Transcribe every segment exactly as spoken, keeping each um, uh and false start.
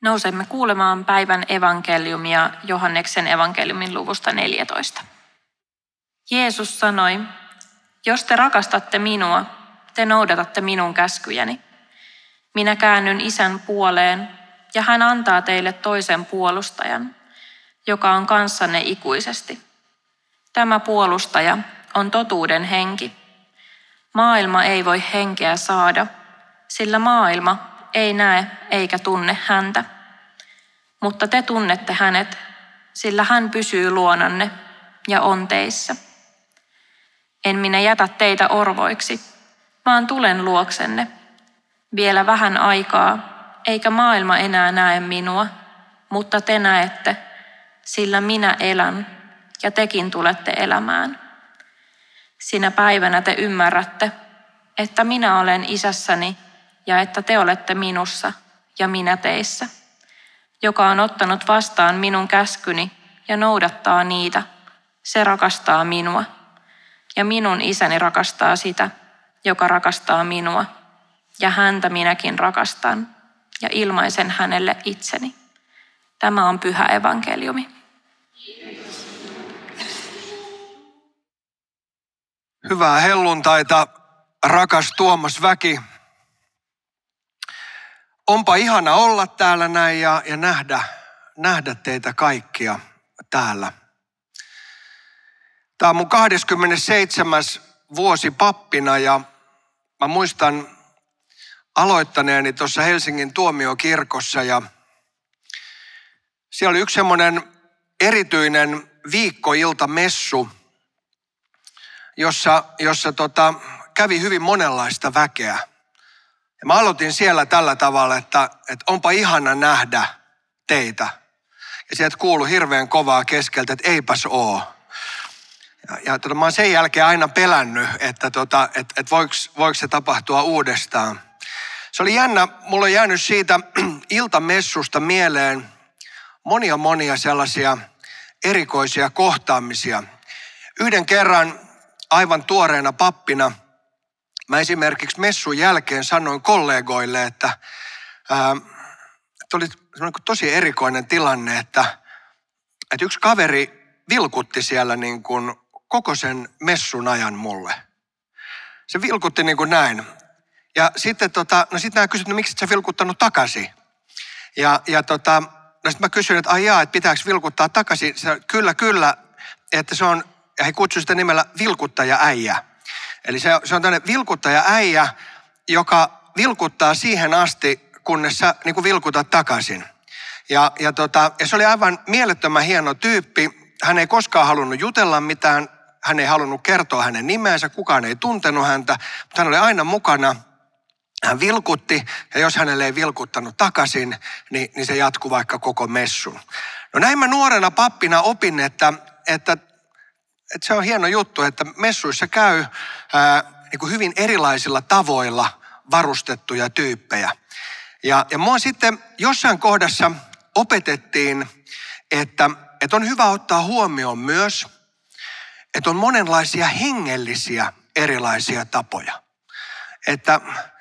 Nousemme kuulemaan päivän evankeliumia Johanneksen evankeliumin luvusta neljätoista. Jeesus sanoi, jos te rakastatte minua, te noudatatte minun käskyjäni. Minä käännyn Isän puoleen ja hän antaa teille toisen puolustajan, joka on kanssanne ikuisesti. Tämä puolustaja on totuuden henki. Maailma ei voi henkeä saada, sillä maailma ei näe eikä tunne häntä. Mutta te tunnette hänet, sillä hän pysyy luonanne ja on teissä. En minä jätä teitä orvoiksi, vaan tulen luoksenne. Vielä vähän aikaa, eikä maailma enää näe minua, mutta te näette, sillä minä elän ja tekin tulette elämään. Sinä päivänä te ymmärrätte, että minä olen Isässäni ja että te olette minussa ja minä teissä. Joka on ottanut vastaan minun käskyni ja noudattaa niitä, se rakastaa minua. Ja minun Isäni rakastaa sitä, joka rakastaa minua. Ja häntä minäkin rakastan ja ilmaisen hänelle itseni. Tämä on pyhä evankeliumi. Hyvää helluntaita, rakas Tuomas väki. Onpa ihana olla täällä näin ja, ja nähdä, nähdä teitä kaikkia täällä. Tämä on mun kahdeskymmenesseitsemäs vuosi pappina ja mä muistan aloittaneeni tuossa Helsingin tuomiokirkossa ja siellä oli yksi semmoinen erityinen viikkoiltamessu, jossa, jossa tota, kävi hyvin monenlaista väkeä. Ja mä aloitin siellä tällä tavalla, että, että onpa ihana nähdä teitä. Ja sieltä kuului hirveän kovaa keskeltä, että eipäs oo. Ja, ja tota, mä oon sen jälkeen aina pelännyt, että, tota, että, että voiko, voiko se tapahtua uudestaan. Se oli jännä, mulla on jäänyt siitä iltamessusta mieleen monia monia sellaisia erikoisia kohtaamisia. Yhden kerran aivan tuoreena pappina mä esimerkiksi messun jälkeen sanoin kollegoille, että, ää, että oli tosi erikoinen tilanne, että, että yksi kaveri vilkutti siellä niin kuin koko sen messun ajan mulle. Se vilkutti niin kuin näin. Ja sitten tota, no sit nämä kysyivät, no miksi et sä vilkuttanut takaisin? Ja, ja tota, no sit mä kysyin, että ai jaa, että pitääkö vilkuttaa takaisin? Se, kyllä, kyllä, että se on, ja he kutsuivat sitä nimellä vilkuttaja-äijä. Eli se, se on tämmöinen vilkuttaja-äijä, joka vilkuttaa siihen asti, kunnes sä niin kuin vilkutat takaisin. Ja, ja, tota, ja se oli aivan mielettömän hieno tyyppi. Hän ei koskaan halunnut jutella mitään. Hän ei halunnut kertoa hänen nimeensä. Kukaan ei tuntenut häntä. Mutta hän oli aina mukana. Hän vilkutti ja jos hänelle ei vilkuttanut takaisin, niin, niin se jatkui vaikka koko messun. No näin mä nuorena pappina opin, että, että, että se on hieno juttu, että messuissa käy ää, niin kuin hyvin erilaisilla tavoilla varustettuja tyyppejä. Ja, ja mua sitten jossain kohdassa opetettiin, että, että on hyvä ottaa huomioon myös, että on monenlaisia hengellisiä erilaisia tapoja. Että,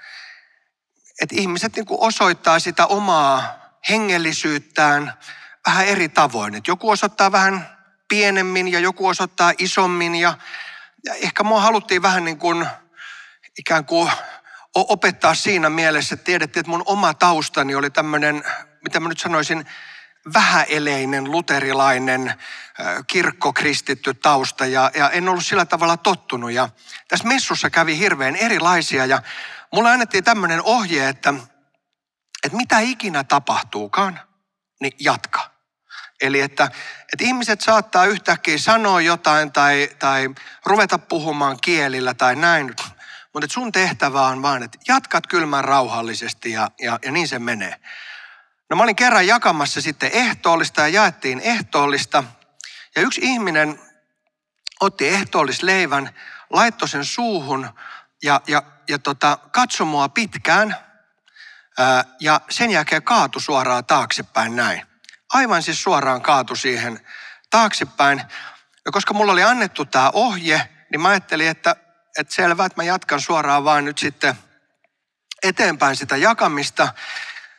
että ihmiset niin kuin osoittaa sitä omaa hengellisyyttään vähän eri tavoin. Että joku osoittaa vähän pienemmin ja joku osoittaa isommin. Ja, ja ehkä mua haluttiin vähän niin kuin ikään kuin opettaa siinä mielessä, että tiedettiin, että mun oma taustani oli tämmöinen, mitä mä nyt sanoisin, vähäeleinen, luterilainen, kirkkokristitty tausta ja, ja en ollut sillä tavalla tottunut. Ja tässä messussa kävi hirveän erilaisia ja mulle annettiin tämmöinen ohje, että, että mitä ikinä tapahtuukaan, niin jatka. Eli että, että ihmiset saattaa yhtäkkiä sanoa jotain tai, tai ruveta puhumaan kielillä tai näin, mutta sun tehtävä on vaan, että jatkat kylmän rauhallisesti ja, ja, ja niin se menee. No mä olin kerran jakamassa sitten ehtoollista ja jaettiin ehtoollista. Ja yksi ihminen otti ehtoollisleivän, laittoi sen suuhun ja, ja, ja tota, katsoi mua pitkään. Ää, ja sen jälkeen kaatui suoraan taaksepäin näin. Aivan siis suoraan kaatui siihen taaksepäin. Ja koska mulla oli annettu tämä ohje, niin mä ajattelin, että, että selvä, että mä jatkan suoraan vaan nyt sitten eteenpäin sitä jakamista.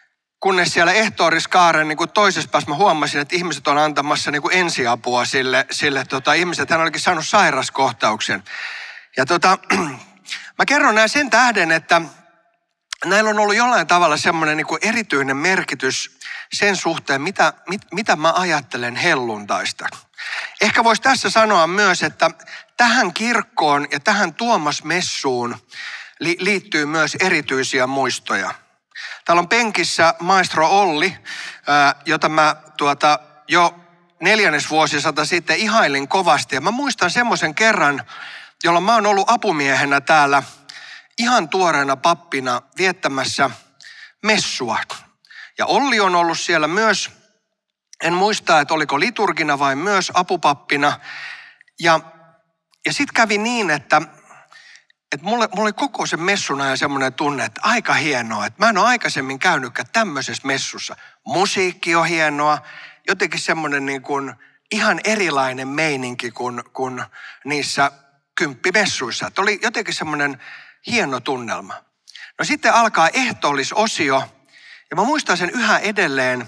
kunnes siellä ehtooriskaaren niin kuin toisessa päässä mä huomasin, että ihmiset on antamassa niin kuin ensiapua sille, sille tota, ihmiset. Hän olikin saanut sairaskohtauksen. Ja tota, mä kerron näin sen tähden, että näillä on ollut jollain tavalla semmoinen niin kuin erityinen merkitys sen suhteen, mitä, mit, mitä mä ajattelen helluntaista. Ehkä voisi tässä sanoa myös, että tähän kirkkoon ja tähän Tuomas-messuun li, liittyy myös erityisiä muistoja. Täällä on penkissä maestro Olli, ää, jota mä tuota, jo neljännesvuosisata sitten ihailin kovasti. Ja mä muistan semmoisen kerran, jolloin mä oon ollut apumiehenä täällä ihan tuoreena pappina viettämässä messua. Ja Olli on ollut siellä myös, en muista, että oliko liturgina vai myös apupappina. Ja, ja sitten kävi niin, että, että mulle, mulle oli koko sen messun ajan semmoinen tunne, että aika hienoa. Että mä en ole aikaisemmin käynytkään tämmöisessä messussa. Musiikki on hienoa, jotenkin semmoinen niin kuin ihan erilainen meininki kuin, kuin niissä kymppimessuissa. Että oli jotenkin semmoinen hieno tunnelma. No sitten alkaa ehtoollisosio, ja mä muistan sen yhä edelleen.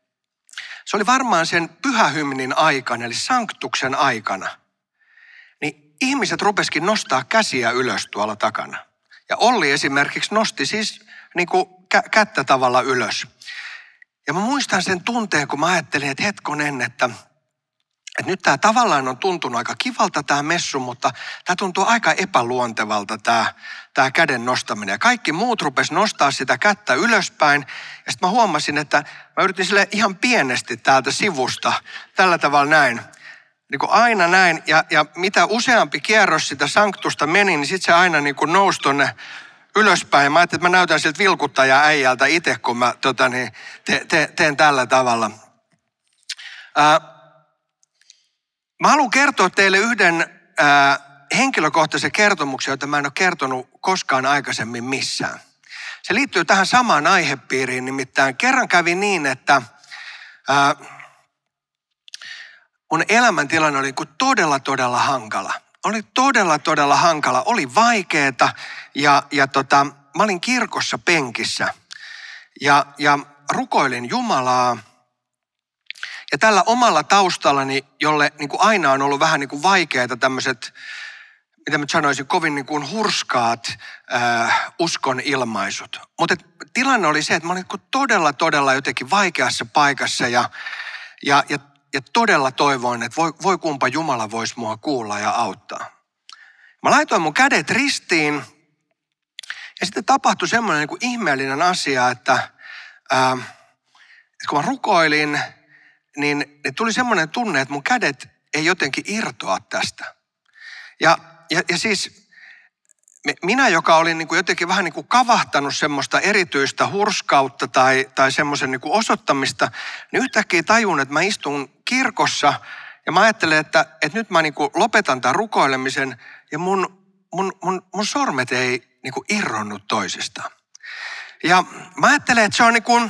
Se oli varmaan sen pyhähymnin aikana, eli sanktuksen aikana. Niin ihmiset rupesikin nostaa käsiä ylös tuolla takana. Ja Olli esimerkiksi nosti siis niin kuin kä- kättä tavalla ylös. Ja mä muistan sen tunteen, kun mä ajattelin, että hetkonen, että Että nyt tämä tavallaan on tuntunut aika kivalta tämä messu, mutta tämä tuntuu aika epäluontevalta tämä, tämä käden nostaminen. Ja kaikki muut rupes nostaa sitä kättä ylöspäin. Ja sitten mä huomasin, että mä yritin sille ihan pienesti täältä sivusta, tällä tavalla näin. Niin kuin aina näin. Ja, ja mitä useampi kierros sitä sanktusta meni, niin sitten se aina niin kuin nousi tonne ylöspäin. Ja mä ajattelin, että mä näytän siltä vilkuttaja äijältä itse, kun mä tota, niin, te, te, teen tällä tavalla. Ää, Mä haluan kertoa teille yhden ää, henkilökohtaisen kertomuksen, jota mä en ole kertonut koskaan aikaisemmin missään. Se liittyy tähän samaan aihepiiriin, nimittäin kerran kävi niin, että ää, mun elämäntilanne oli todella, todella hankala. Oli todella, todella hankala, oli vaikeeta ja, ja tota, mä olin kirkossa penkissä ja, ja rukoilin Jumalaa. Ja tällä omalla taustallani, jolle niin kuin aina on ollut vähän niin kuin vaikeita tämmöiset, mitä mä sanoisin, kovin niin kuin hurskaat äh, uskon ilmaisut. Mutta tilanne oli se, että mä olin todella, todella jotenkin vaikeassa paikassa ja, ja, ja, ja todella toivoin, että voi, voi kumpa Jumala voisi mua kuulla ja auttaa. Mä laitoin mun kädet ristiin ja sitten tapahtui semmoinen niin kuin ihmeellinen asia, että, äh, että kun mä rukoilin, niin tuli semmoinen tunne, että mun kädet ei jotenkin irtoa tästä. Ja, ja, ja siis minä, joka olin niin kuin jotenkin vähän niin kuin kavahtanut semmoista erityistä hurskautta tai, tai semmoisen niin kuin osoittamista, niin yhtäkkiä tajun, että mä istun kirkossa ja mä ajattelen, että, että nyt mä niin kuin lopetan tämän rukoilemisen ja mun, mun, mun, mun sormet ei niin kuin irronnut toisistaan. Ja mä ajattelen, että se on niin kuin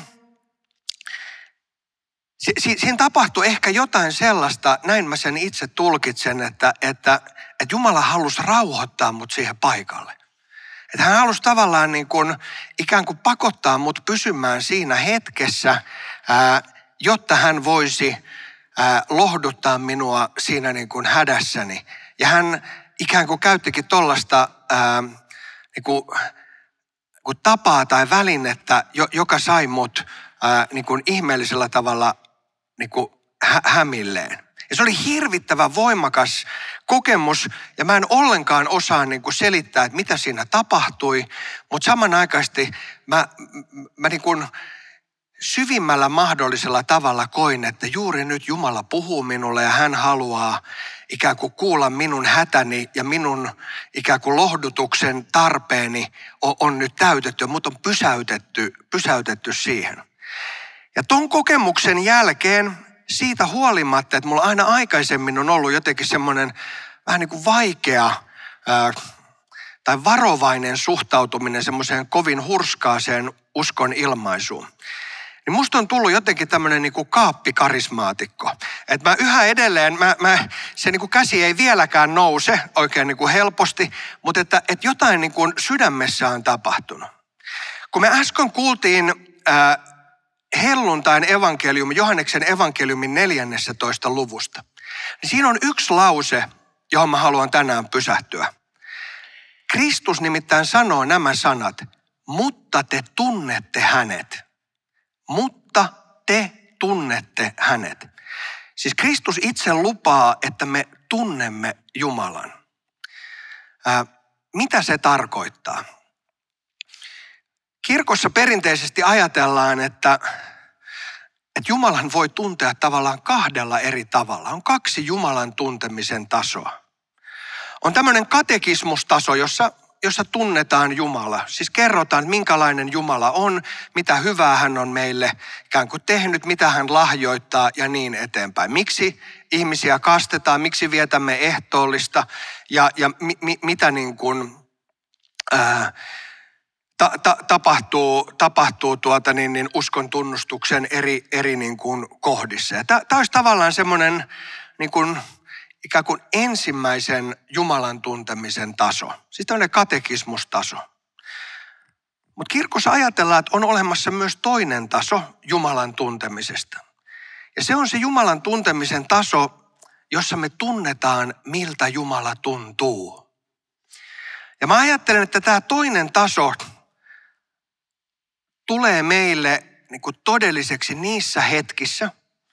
Si- si- siinä tapahtui ehkä jotain sellaista, näin mä sen itse tulkitsen, että, että, että Jumala halusi rauhoittaa mut siihen paikalle. Että hän halusi tavallaan niin kuin, ikään kuin pakottaa mut pysymään siinä hetkessä, ää, jotta hän voisi ää, lohduttaa minua siinä niin kuin hädässäni. Ja hän ikään kuin käyttikin tollaista ää, niin kuin, kuin tapaa tai välinettä, joka sai mut ää, niin kuin ihmeellisellä tavalla niin kuin hä- hämilleen. Ja se oli hirvittävän voimakas kokemus ja mä en ollenkaan osaa niin kuin selittää, että mitä siinä tapahtui, mutta samanaikaisesti mä, mä niin kuin syvimmällä mahdollisella tavalla koin, että juuri nyt Jumala puhuu minulle ja hän haluaa ikään kuin kuulla minun hätäni ja minun ikään kuin lohdutuksen tarpeeni on, on nyt täytetty, mutta on pysäytetty, pysäytetty siihen. Ja ton kokemuksen jälkeen siitä huolimatta, että mulla aina aikaisemmin on ollut jotenkin semmoinen vähän niin kuin vaikea ää, tai varovainen suhtautuminen semmoiseen kovin hurskaaseen uskon ilmaisuun. Niin musta on tullut jotenkin tämmöinen niin kuin kaappikarismaatikko. Että mä yhä edelleen, mä, mä, se niin kuin käsi ei vieläkään nouse oikein niin kuin helposti, mutta että, että jotain niin kuin sydämessä on tapahtunut. Kun me äsken kuultiin ää, helluntain evankeliumi, Johanneksen evankeliumin neljännentoista luvusta. Niin siinä on yksi lause, johon mä haluan tänään pysähtyä. Kristus nimittäin sanoo nämä sanat, mutta te tunnette hänet. Mutta te tunnette hänet. Siis Kristus itse lupaa, että me tunnemme Jumalan. Ää, mitä se tarkoittaa? Kirkossa perinteisesti ajatellaan, että, että Jumalan voi tuntea tavallaan kahdella eri tavalla. On kaksi Jumalan tuntemisen tasoa. On tämmöinen katekismustaso, jossa, jossa tunnetaan Jumala. Siis kerrotaan, minkälainen Jumala on, mitä hyvää hän on meille ikään kuin tehnyt, mitä hän lahjoittaa ja niin eteenpäin. Miksi ihmisiä kastetaan, miksi vietämme ehtoollista ja, ja mi, mi, mitä niin kuin, ää, ta, ta, tapahtuu, tapahtuu tuota niin, niin uskon tunnustuksen eri, eri niin kuin kohdissa. Tämä olisi tavallaan semmoinen niin kuin ikään kuin ensimmäisen Jumalan tuntemisen taso, siis tämmöinen katekismustaso. Mutta kirkossa ajatellaan, että on olemassa myös toinen taso Jumalan tuntemisesta. Ja se on se Jumalan tuntemisen taso, jossa me tunnetaan, miltä Jumala tuntuu. Ja mä ajattelen, että tämä toinen taso tulee meille niin kuin todelliseksi niissä hetkissä,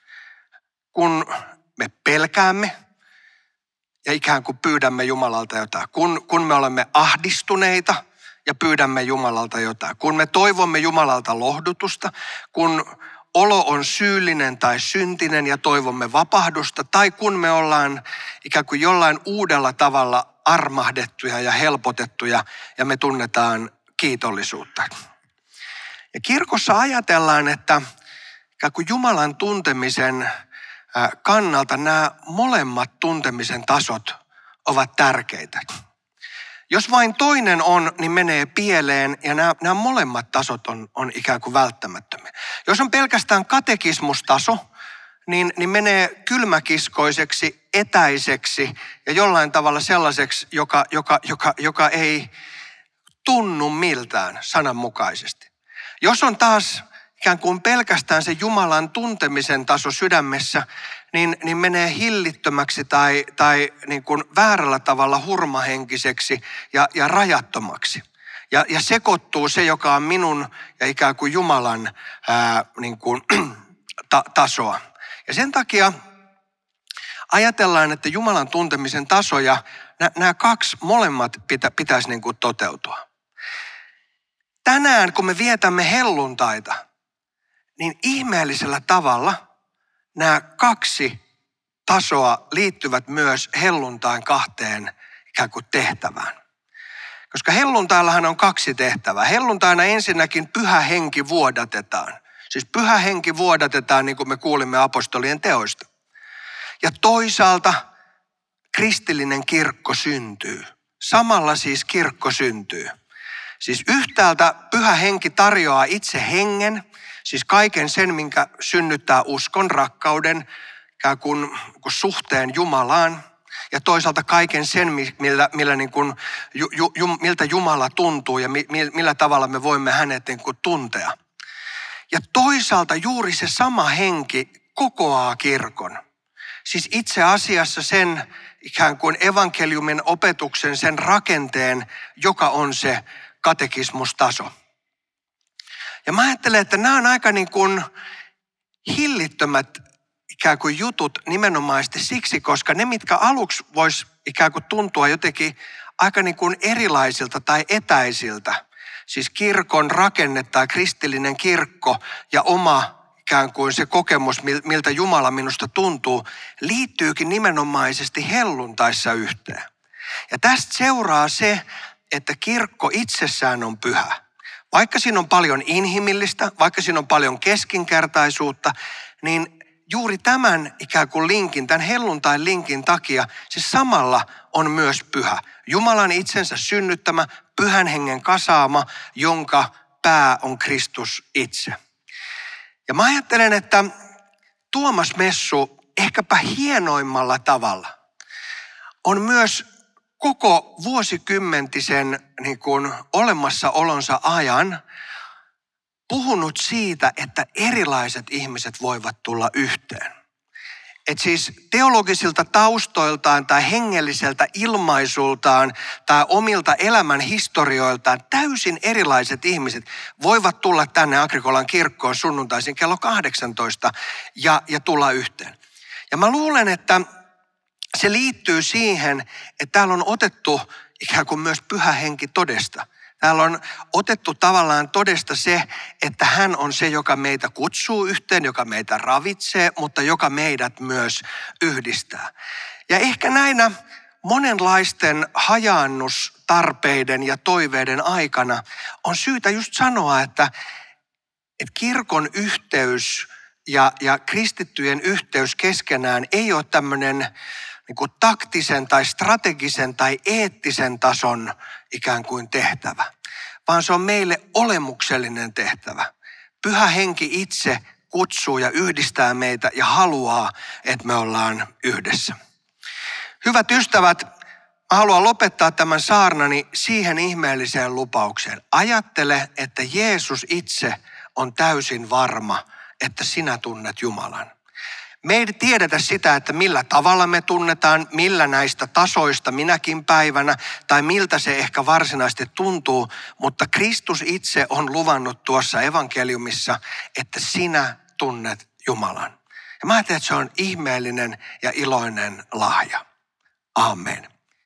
kun me pelkäämme, ja ikään kuin pyydämme Jumalalta jotain. Kun, kun me olemme ahdistuneita ja pyydämme Jumalalta jotain. Kun me toivomme Jumalalta lohdutusta. Kun olo on syyllinen tai syntinen ja toivomme vapahdusta. Tai kun me ollaan ikään kuin jollain uudella tavalla armahdettuja ja helpotettuja ja me tunnetaan kiitollisuutta. Ja kirkossa ajatellaan, että ikään kuin Jumalan tuntemisen kannalta nämä molemmat tuntemisen tasot ovat tärkeitä. Jos vain toinen on, niin menee pieleen ja nämä, nämä molemmat tasot on, on ikään kuin välttämättömiä. Jos on pelkästään katekismustaso, niin, niin menee kylmäkiskoiseksi, etäiseksi ja jollain tavalla sellaiseksi, joka, joka, joka, joka ei tunnu miltään sananmukaisesti. Jos on taas ikään kuin pelkästään se Jumalan tuntemisen taso sydämessä, niin, niin menee hillittömäksi tai, tai niin kuin väärällä tavalla hurmahenkiseksi ja, ja rajattomaksi. Ja, ja sekoittuu se, joka on minun ja ikään kuin Jumalan ää, niin kuin, ta, tasoa. Ja sen takia ajatellaan, että Jumalan tuntemisen taso ja nämä kaksi molemmat pitä, pitäisi niin kuin toteutua. Tänään, kun me vietämme helluntaita, niin ihmeellisellä tavalla nämä kaksi tasoa liittyvät myös helluntain kahteen ikään kuin tehtävään. Koska helluntaillahan on kaksi tehtävää. Helluntaina ensinnäkin pyhä henki vuodatetaan. Siis pyhä henki vuodatetaan, niin kuin me kuulimme apostolien teoista. Ja toisaalta kristillinen kirkko syntyy. Samalla siis kirkko syntyy. Siis yhtäältä pyhä henki tarjoaa itse hengen, siis kaiken sen, minkä synnyttää uskon, rakkauden, ikään kuin, kuin suhteen Jumalaan. Ja toisaalta kaiken sen, millä, millä niin kuin, ju, ju, miltä Jumala tuntuu ja mi, millä tavalla me voimme hänet niin kuin tuntea. Ja toisaalta juuri se sama henki kokoaa kirkon. Siis itse asiassa sen ikään kuin evankeliumin opetuksen, sen rakenteen, joka on se katekismustaso. Ja mä ajattelen, että nämä on aika niin kuin hillittömät ikään kuin jutut nimenomaisesti siksi, koska ne, mitkä aluksi vois ikään kuin tuntua jotenkin aika niin kuin erilaisilta tai etäisiltä, siis kirkon rakenne tai kristillinen kirkko ja oma ikään kuin se kokemus, miltä Jumala minusta tuntuu, liittyykin nimenomaisesti helluntaissa yhteen. Ja tästä seuraa se, että kirkko itsessään on pyhä. Vaikka siinä on paljon inhimillistä, vaikka siinä on paljon keskinkertaisuutta, niin juuri tämän ikään kuin linkin, tämän helluntain linkin takia se samalla on myös pyhä. Jumalan itsensä synnyttämä, pyhän hengen kasaama, jonka pää on Kristus itse. Ja mä ajattelen, että Tuomas Messu ehkäpä hienoimmalla tavalla on myös koko vuosikymmentisen niin kuin olemassaolonsa ajan puhunut siitä, että erilaiset ihmiset voivat tulla yhteen. Et siis teologisilta taustoiltaan tai hengelliseltä ilmaisultaan tai omilta elämän historioiltaan täysin erilaiset ihmiset voivat tulla tänne Agrikolan kirkkoon sunnuntaisin kello kahdeksantoista ja, ja tulla yhteen. Ja mä luulen, että se liittyy siihen, että täällä on otettu ikään kuin myös Pyhä Henki todesta. Täällä on otettu tavallaan todesta se, että hän on se, joka meitä kutsuu yhteen, joka meitä ravitsee, mutta joka meidät myös yhdistää. Ja ehkä näinä monenlaisten hajaannustarpeiden ja toiveiden aikana on syytä just sanoa, että, että kirkon yhteys ja, ja kristittyjen yhteys keskenään ei ole tämmöinen niin kuin taktisen tai strategisen tai eettisen tason ikään kuin tehtävä, vaan se on meille olemuksellinen tehtävä. Pyhä Henki itse kutsuu ja yhdistää meitä ja haluaa, että me ollaan yhdessä. Hyvät ystävät, mä haluan lopettaa tämän saarnani siihen ihmeelliseen lupaukseen. Ajattele, että Jeesus itse on täysin varma, että sinä tunnet Jumalan. Me ei tiedetä sitä, että millä tavalla me tunnetaan, millä näistä tasoista minäkin päivänä tai miltä se ehkä varsinaisesti tuntuu, mutta Kristus itse on luvannut tuossa evankeliumissa, että sinä tunnet Jumalan. Ja mä ajattelen, että se on ihmeellinen ja iloinen lahja. Amen.